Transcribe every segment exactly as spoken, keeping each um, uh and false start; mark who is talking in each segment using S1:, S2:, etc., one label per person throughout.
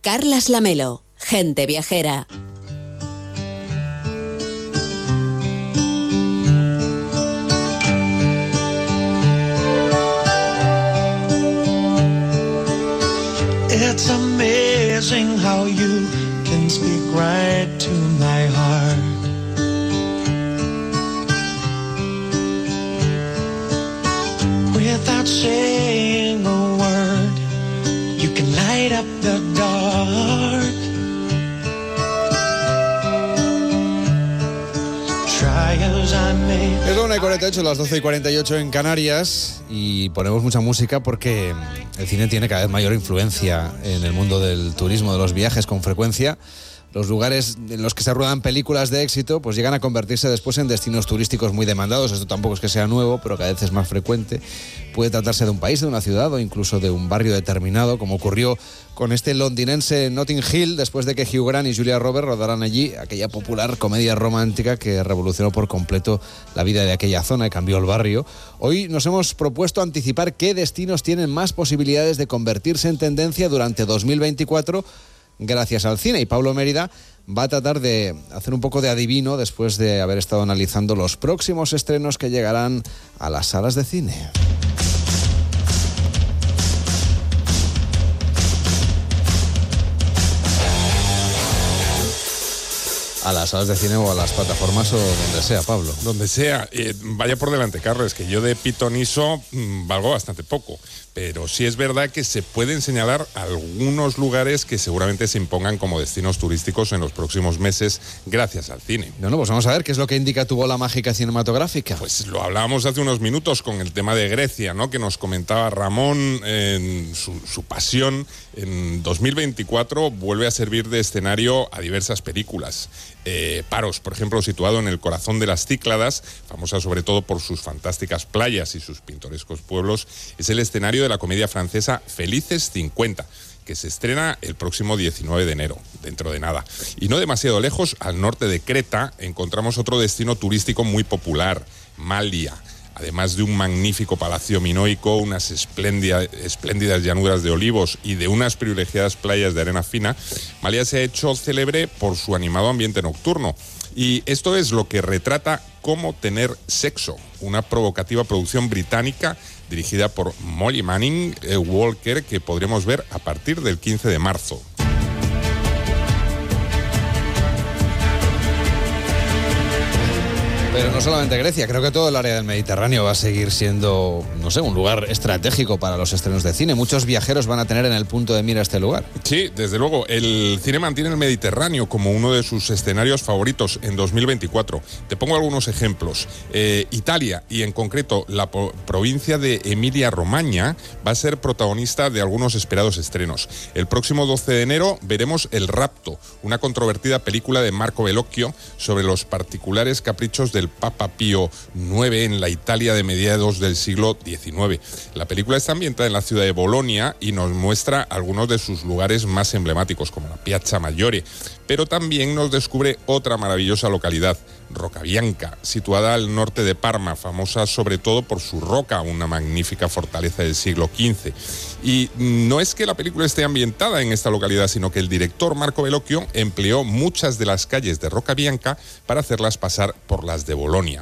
S1: Carlas Lamelo, Gente Viajera.
S2: It's amazing how you can speak right to my heart. Without saying a word, you can light up the dark. Try as I may.
S3: Es la una y cuarenta y ocho, las doce y cuarenta y ocho en Canarias, y ponemos mucha música porque el cine tiene cada vez mayor influencia en el mundo del turismo, de los viajes. Con frecuencia, los lugares en los que se ruedan películas de éxito pues llegan a convertirse después en destinos turísticos muy demandados. Esto tampoco es que sea nuevo, pero cada vez es más frecuente. Puede tratarse de un país, de una ciudad o incluso de un barrio determinado, como ocurrió con este londinense Notting Hill, después de que Hugh Grant y Julia Roberts rodaran allí aquella popular comedia romántica que revolucionó por completo la vida de aquella zona y cambió el barrio. Hoy nos hemos propuesto anticipar qué destinos tienen más posibilidades de convertirse en tendencia durante dos mil veinticuatro gracias al cine, y Pablo Mérida va a tratar de hacer un poco de adivino después de haber estado analizando los próximos estrenos que llegarán a las salas de cine. A las salas de cine o a las plataformas o donde sea, Pablo.
S4: Donde sea. Eh, vaya por delante, Carlos, que yo de pitoniso mmm, valgo bastante poco. Pero sí es verdad que se pueden señalar algunos lugares que seguramente se impongan como destinos turísticos en los próximos meses gracias al cine.
S3: Bueno, pues vamos a ver qué es lo que indica tu bola mágica cinematográfica.
S4: Pues lo hablábamos hace unos minutos con el tema de Grecia, ¿no? Que nos comentaba Ramón, en su, su pasión. En dos mil veinticuatro vuelve a servir de escenario a diversas películas. Eh, Paros, por ejemplo, situado en el corazón de las Cícladas, famosa sobre todo por sus fantásticas playas y sus pintorescos pueblos, es el escenario de la comedia francesa Felices cincuenta, que se estrena el próximo diecinueve de enero, dentro de nada. Y no demasiado lejos, al norte de Creta, encontramos otro destino turístico muy popular, Malia. Además de un magnífico palacio minoico, unas espléndidas, espléndidas llanuras de olivos y de unas privilegiadas playas de arena fina, Malia se ha hecho célebre por su animado ambiente nocturno. Y esto es lo que retrata Cómo tener sexo, una provocativa producción británica dirigida por Molly Manning eh, Walker, que podremos ver a partir del quince de marzo.
S3: Pero no solamente Grecia, creo que todo el área del Mediterráneo va a seguir siendo, no sé, un lugar estratégico para los estrenos de cine. Muchos viajeros van a tener en el punto de mira este lugar.
S4: Sí, desde luego. El cine mantiene el Mediterráneo como uno de sus escenarios favoritos en dos mil veinticuatro. Te pongo algunos ejemplos. Eh, Italia, y en concreto la po- provincia de Emilia-Romagna, va a ser protagonista de algunos esperados estrenos. El próximo doce de enero veremos El Rapto, una controvertida película de Marco Bellocchio sobre los particulares caprichos del Papa Pío noveno en la Italia de mediados del siglo diecinueve. La película está ambientada en la ciudad de Bolonia y nos muestra algunos de sus lugares más emblemáticos, como la Piazza Maggiore, pero también nos descubre otra maravillosa localidad, Rocabianca, situada al norte de Parma, famosa sobre todo por su roca, una magnífica fortaleza del siglo quince. Y no es que la película esté ambientada en esta localidad, sino que el director Marco Bellocchio empleó muchas de las calles de Rocabianca para hacerlas pasar por las de Bolonia.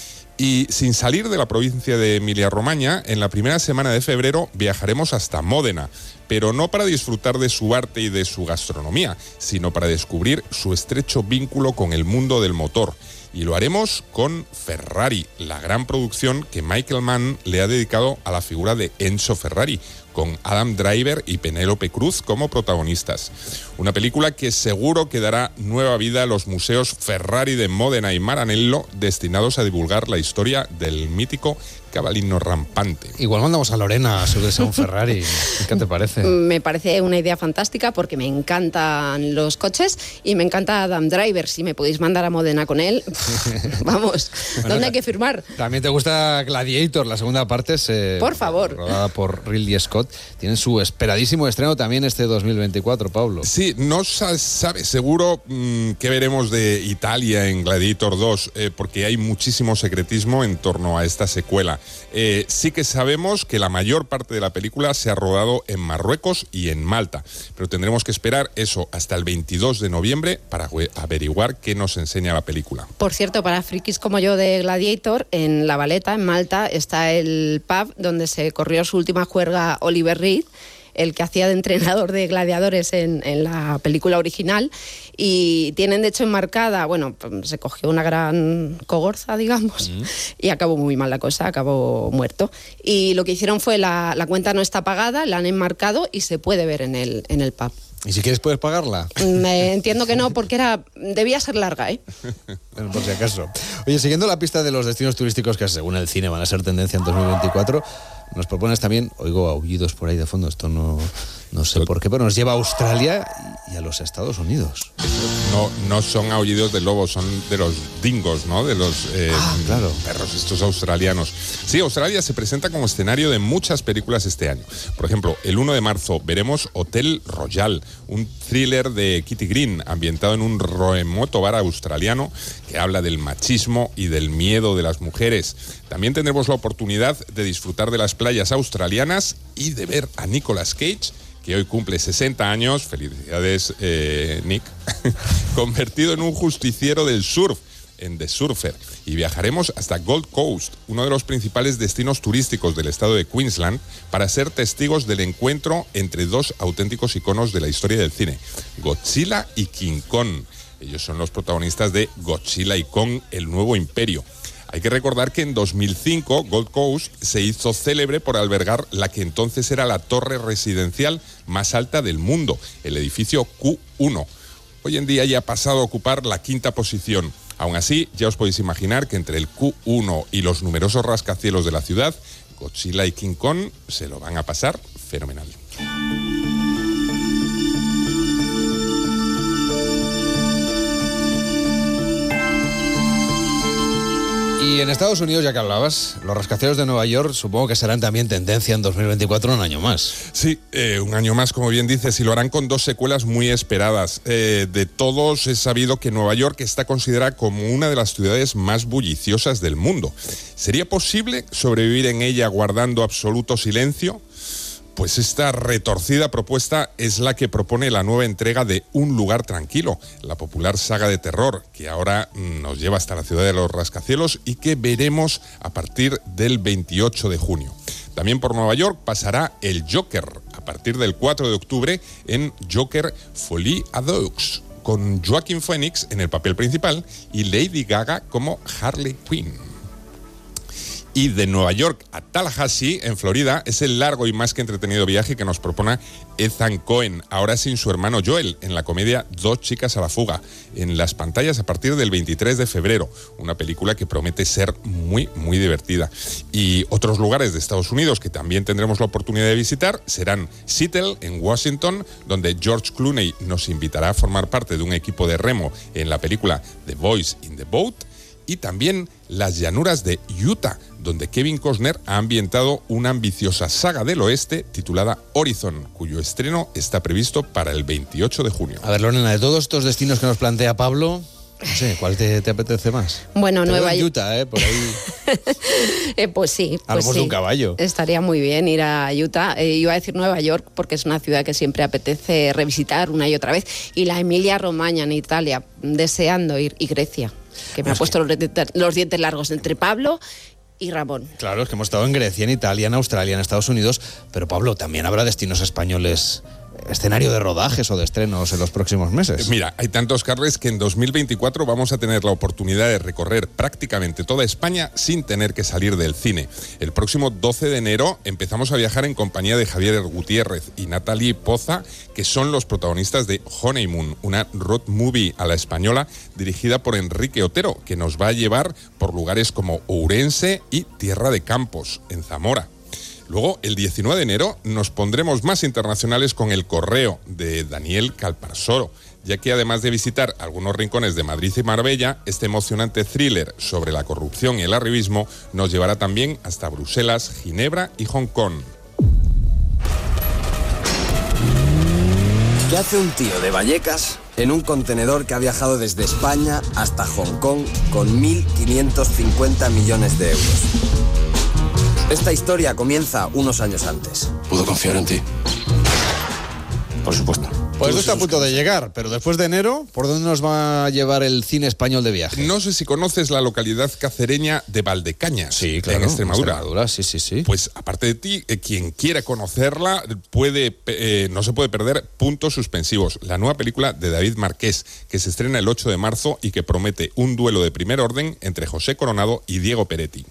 S4: Y sin salir de la provincia de Emilia-Romagna, en la primera semana de febrero viajaremos hasta Módena, pero no para disfrutar de su arte y de su gastronomía, sino para descubrir su estrecho vínculo con el mundo del motor. Y lo haremos con Ferrari, la gran producción que Michael Mann le ha dedicado a la figura de Enzo Ferrari, con Adam Driver y Penélope Cruz como protagonistas. Una película que seguro que dará nueva vida a los museos Ferrari de Módena y Maranello, destinados a divulgar la historia del mítico cabalino rampante.
S3: Igual mandamos a Lorena a subirse a un Ferrari. ¿Qué te parece?
S5: Me parece una idea fantástica porque me encantan los coches y me encanta Adam Driver. Si me podéis mandar a Módena con él, vamos, bueno, ¿dónde hay que firmar?
S3: También te gusta Gladiator, la segunda parte es eh,
S5: por favor,
S3: rodada por Ridley Scott. Tiene su esperadísimo estreno también este dos mil veinticuatro, Pablo.
S4: Sí, no se sabe seguro mmm, qué veremos de Italia en Gladiator dos, eh, porque hay muchísimo secretismo en torno a esta secuela. Eh, sí que sabemos que la mayor parte de la película se ha rodado en Marruecos y en Malta, pero tendremos que esperar eso hasta el veintidós de noviembre para averiguar qué nos enseña la película.
S5: Por cierto, para frikis como yo de Gladiator, en La Valeta, en Malta, está el pub donde se corrió su última juerga Oliver Reed, el que hacía de entrenador de gladiadores en, en la película original, y tienen de hecho enmarcada, bueno, se cogió una gran cogorza, digamos, mm. y acabó muy mal la cosa, acabó muerto. Y lo que hicieron fue, la, la cuenta no está pagada, la han enmarcado y se puede ver en el, en el pub.
S3: ¿Y si quieres puedes pagarla?
S5: Me entiendo que no, porque era debía ser larga, ¿eh?
S3: Bueno, por si acaso. Oye, siguiendo la pista de los destinos turísticos que según el cine van a ser tendencia en dos mil veinticuatro, nos propones también, oigo aullidos por ahí de fondo, esto no, no sé por qué, pero nos lleva a Australia y a los Estados Unidos.
S4: No, no son aullidos de lobos, son de los dingos, ¿no? De los eh,
S3: ah, claro.
S4: perros estos australianos. Sí, Australia se presenta como escenario de muchas películas este año. Por ejemplo, el uno de marzo veremos Hotel Royal, un thriller de Kitty Green ambientado en un remoto bar australiano que habla del machismo y del miedo de las mujeres. También tendremos la oportunidad de disfrutar de las playas australianas y de ver a Nicolas Cage, que hoy cumple sesenta años, felicidades eh, Nick, convertido en un justiciero del surf, en The Surfer, y viajaremos hasta Gold Coast, uno de los principales destinos turísticos del estado de Queensland, para ser testigos del encuentro entre dos auténticos iconos de la historia del cine, Godzilla y King Kong. Ellos son los protagonistas de Godzilla y Kong, el nuevo imperio. Hay que recordar que en dos mil cinco Gold Coast se hizo célebre por albergar la que entonces era la torre residencial más alta del mundo, el edificio Q uno. Hoy en día ya ha pasado a ocupar la quinta posición. Aún así, ya os podéis imaginar que entre el Q uno y los numerosos rascacielos de la ciudad, Godzilla y King Kong se lo van a pasar fenomenal.
S3: Y en Estados Unidos, ya que hablabas, los rascacielos de Nueva York supongo que serán también tendencia en dos mil veinticuatro, un año más.
S4: Sí, eh, un año más, como bien dices, y lo harán con dos secuelas muy esperadas. Eh, de todos es sabido que Nueva York está considerada como una de las ciudades más bulliciosas del mundo. ¿Sería posible sobrevivir en ella guardando absoluto silencio? Pues esta retorcida propuesta es la que propone la nueva entrega de Un lugar tranquilo, la popular saga de terror que ahora nos lleva hasta la ciudad de los rascacielos y que veremos a partir del veintiocho de junio. También por Nueva York pasará el Joker a partir del cuatro de octubre en Joker Folie à Deux, con Joaquin Phoenix en el papel principal y Lady Gaga como Harley Quinn. Y de Nueva York a Tallahassee, en Florida, es el largo y más que entretenido viaje que nos propone Ethan Coen, ahora sin su hermano Joel, en la comedia Dos chicas a la fuga, en las pantallas a partir del veintitrés de febrero, una película que promete ser muy, muy divertida. Y otros lugares de Estados Unidos que también tendremos la oportunidad de visitar serán Seattle, en Washington, donde George Clooney nos invitará a formar parte de un equipo de remo en la película The Boys in the Boat, y también las llanuras de Utah, donde Kevin Costner ha ambientado una ambiciosa saga del oeste titulada Horizon, cuyo estreno está previsto para el veintiocho de junio.
S3: A ver, Lorena, de todos estos destinos que nos plantea Pablo, no sé, ¿cuál te, te apetece más?
S5: Bueno,
S3: te
S5: Nueva
S3: York. Utah, ¿eh? Por ahí.
S5: eh, pues sí. Pues
S3: Hablamos
S5: sí.
S3: de un caballo.
S5: Estaría muy bien ir a Utah. Eh, iba a decir Nueva York porque es una ciudad que siempre apetece revisitar una y otra vez. Y la Emilia-Romagna en Italia, deseando ir. Y Grecia, que me pues ha puesto que... los, los dientes largos entre Pablo y Ramón.
S3: Claro, es que hemos estado en Grecia, en Italia, en Australia, en Estados Unidos, pero Pablo, también habrá destinos españoles, escenario de rodajes o de estrenos en los próximos meses.
S4: Mira, hay tantos, Carles, que en dos mil veinticuatro vamos a tener la oportunidad de recorrer prácticamente toda España sin tener que salir del cine. El próximo doce de enero empezamos a viajar en compañía de Javier Gutiérrez y Natalie Poza, que son los protagonistas de Honeymoon, una road movie a la española dirigida por Enrique Otero, que nos va a llevar por lugares como Ourense y Tierra de Campos, en Zamora. Luego, el diecinueve de enero, nos pondremos más internacionales con El Correo, de Daniel Calparsoro, ya que además de visitar algunos rincones de Madrid y Marbella, este emocionante thriller sobre la corrupción y el arribismo nos llevará también hasta Bruselas, Ginebra y Hong Kong.
S6: ¿Qué hace un tío de Vallecas en un contenedor que ha viajado desde España hasta Hong Kong con mil quinientos cincuenta millones de euros? Esta historia comienza unos años antes.
S7: ¿Puedo confiar en ti? Por supuesto.
S3: Pues esto está a punto de llegar, pero después de enero, ¿por dónde nos va a llevar el cine español de viaje?
S4: No sé si conoces la localidad cacereña de Valdecañas,
S3: Sí, claro.
S4: en Extremadura.
S3: Extremadura, sí, sí, sí.
S4: Pues aparte de ti, eh, quien quiera conocerla puede, eh, no se puede perder Puntos Suspensivos, la nueva película de David Marqués, que se estrena el ocho de marzo y que promete un duelo de primer orden entre José Coronado y Diego Peretti.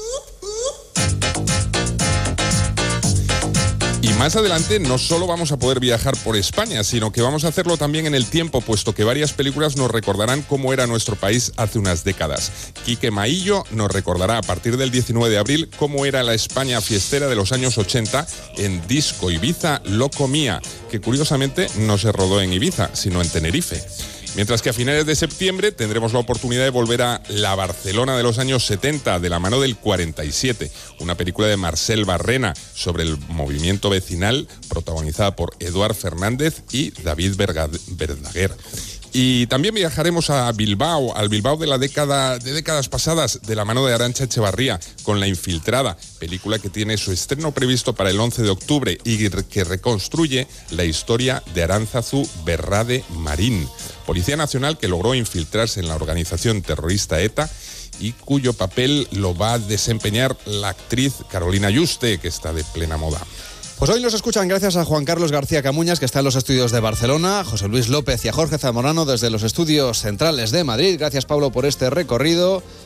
S4: Y más adelante no solo vamos a poder viajar por España, sino que vamos a hacerlo también en el tiempo, puesto que varias películas nos recordarán cómo era nuestro país hace unas décadas. Quique Maillo nos recordará a partir del diecinueve de abril cómo era la España fiestera de los años ochenta en Disco Ibiza Loco Mía, que curiosamente no se rodó en Ibiza, sino en Tenerife. Mientras que a finales de septiembre tendremos la oportunidad de volver a la Barcelona de los años setenta, de la mano del cuarenta y siete, una película de Marcel Barrena sobre el movimiento vecinal, protagonizada por Eduard Fernández y David Verdaguer. Y también viajaremos a Bilbao, al Bilbao de la década de décadas pasadas, de la mano de Arantxa Echevarría, con La Infiltrada, película que tiene su estreno previsto para el once de octubre y que reconstruye la historia de Aránzazu Berrade Marín, policía nacional que logró infiltrarse en la organización terrorista ETA y cuyo papel lo va a desempeñar la actriz Carolina Yuste, que está de plena moda.
S3: Pues hoy nos escuchan gracias a Juan Carlos García Camuñas, que está en los estudios de Barcelona, a José Luis López y a Jorge Zamorano desde los estudios centrales de Madrid. Gracias, Pablo, por este recorrido.